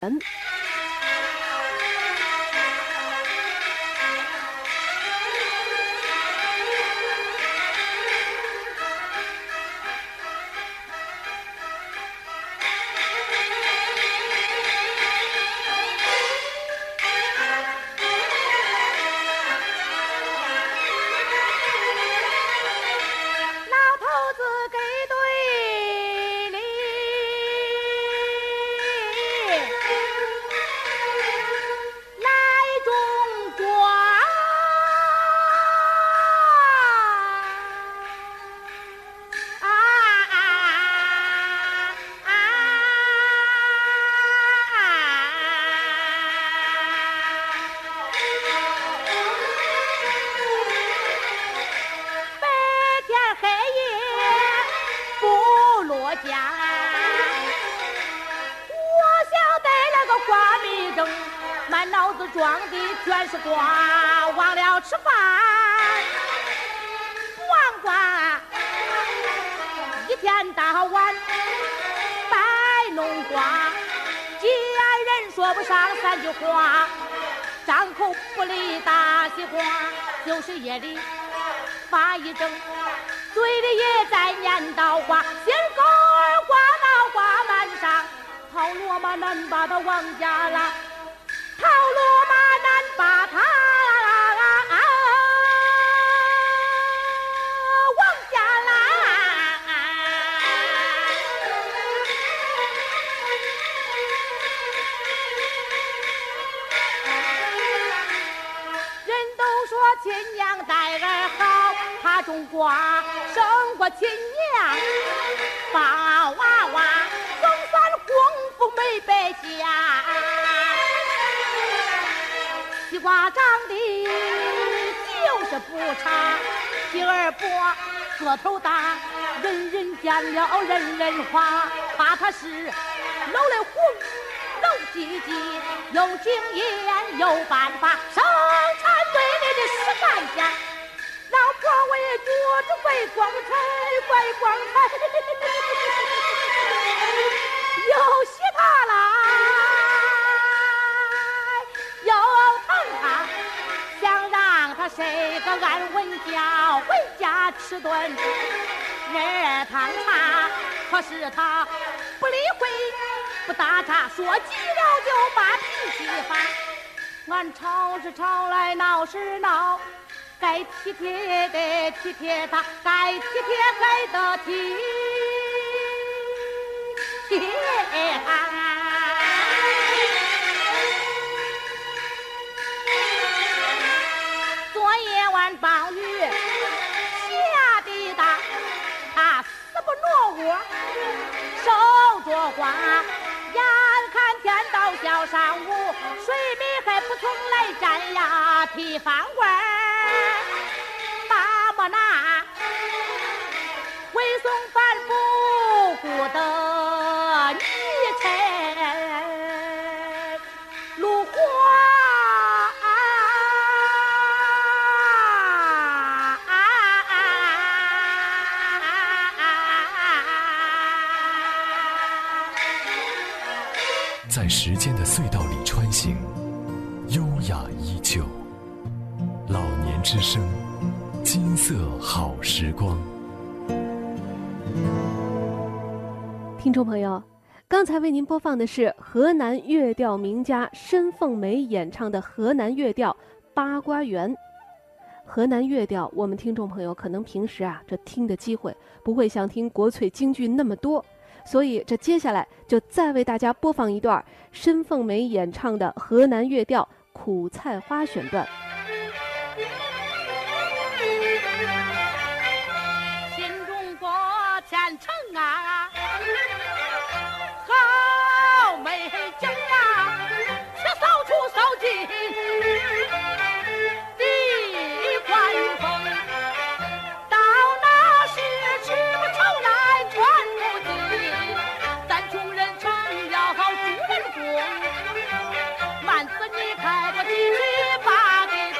装的全是瓜，忘了吃饭。王瓜一天到晚摆弄瓜，见人说不上三句话，张口不离大西瓜，就是夜里发一整，嘴里也在念叨话，心口儿挂到挂满上，套罗马难把他王家拉。套罗马难把他往家拉，人都说亲娘待儿好，他种瓜胜过亲娘，把娃娃总算功夫没白下。西瓜长得就是不差，皮儿薄，个头大，人人见了人人夸，夸他是老的红，老唧唧，有经验有办法，生产队里的实干家，老婆为着这怪光彩，怪光彩，有喜他啦。他谁个安稳觉，回家吃顿热汤茶，可是他不理会不打岔，说急了就把脾气发，俺吵是吵来闹是闹，该体贴的体贴他，该体贴该得体贴他。夜晚暴雨下的大，他死不挪窝，守着花，眼看天到小上午，水米还不从来沾呀，提饭罐大么拿，回送反复顾得泥尘路花。 在时间的隧道里穿行，优雅依旧。老年之声，金色好时光。 听众朋友，刚才为您播放的是河南乐调名家申凤梅演唱的河南乐调《八卦园》。河南乐调，我们听众朋友可能平时这听的机会不会像听国粹京剧那么多，所以这接下来就再为大家播放一段申凤梅演唱的河南乐调《苦菜花》选段。 新中国前程啊，好美景啊，却扫出扫尽地宽风，到那时吃不愁来穿不尽，咱穷人成了好主人公，慢死你开过几去发给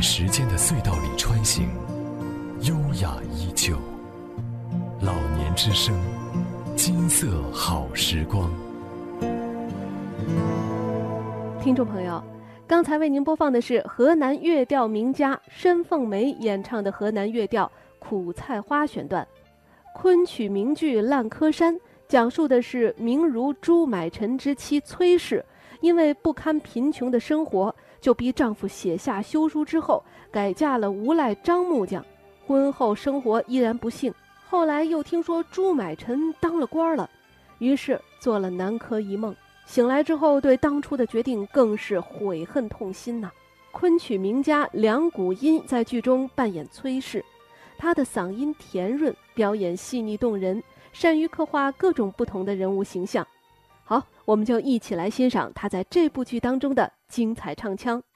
时间的隧道里穿行，优雅依旧。老年之声，金色好时光。 听众朋友，刚才为您播放的是河南乐调名家申凤梅演唱的河南乐调《苦菜花》选段。昆曲名剧《烂柯山》讲述的是名儒朱买臣之妻崔氏，因为不堪贫穷的生活，就逼丈夫写下休书之后，改嫁了无赖张木匠。婚后生活依然不幸，后来又听说朱买臣当了官了，于是做了南柯一梦。醒来之后，对当初的决定更是悔恨痛心呐。昆曲名家梁谷音在剧中扮演崔氏，她的嗓音甜润，表演细腻动人，善于刻画各种不同的人物形象。好，我们就一起来欣赏她在这部剧当中的精彩唱腔。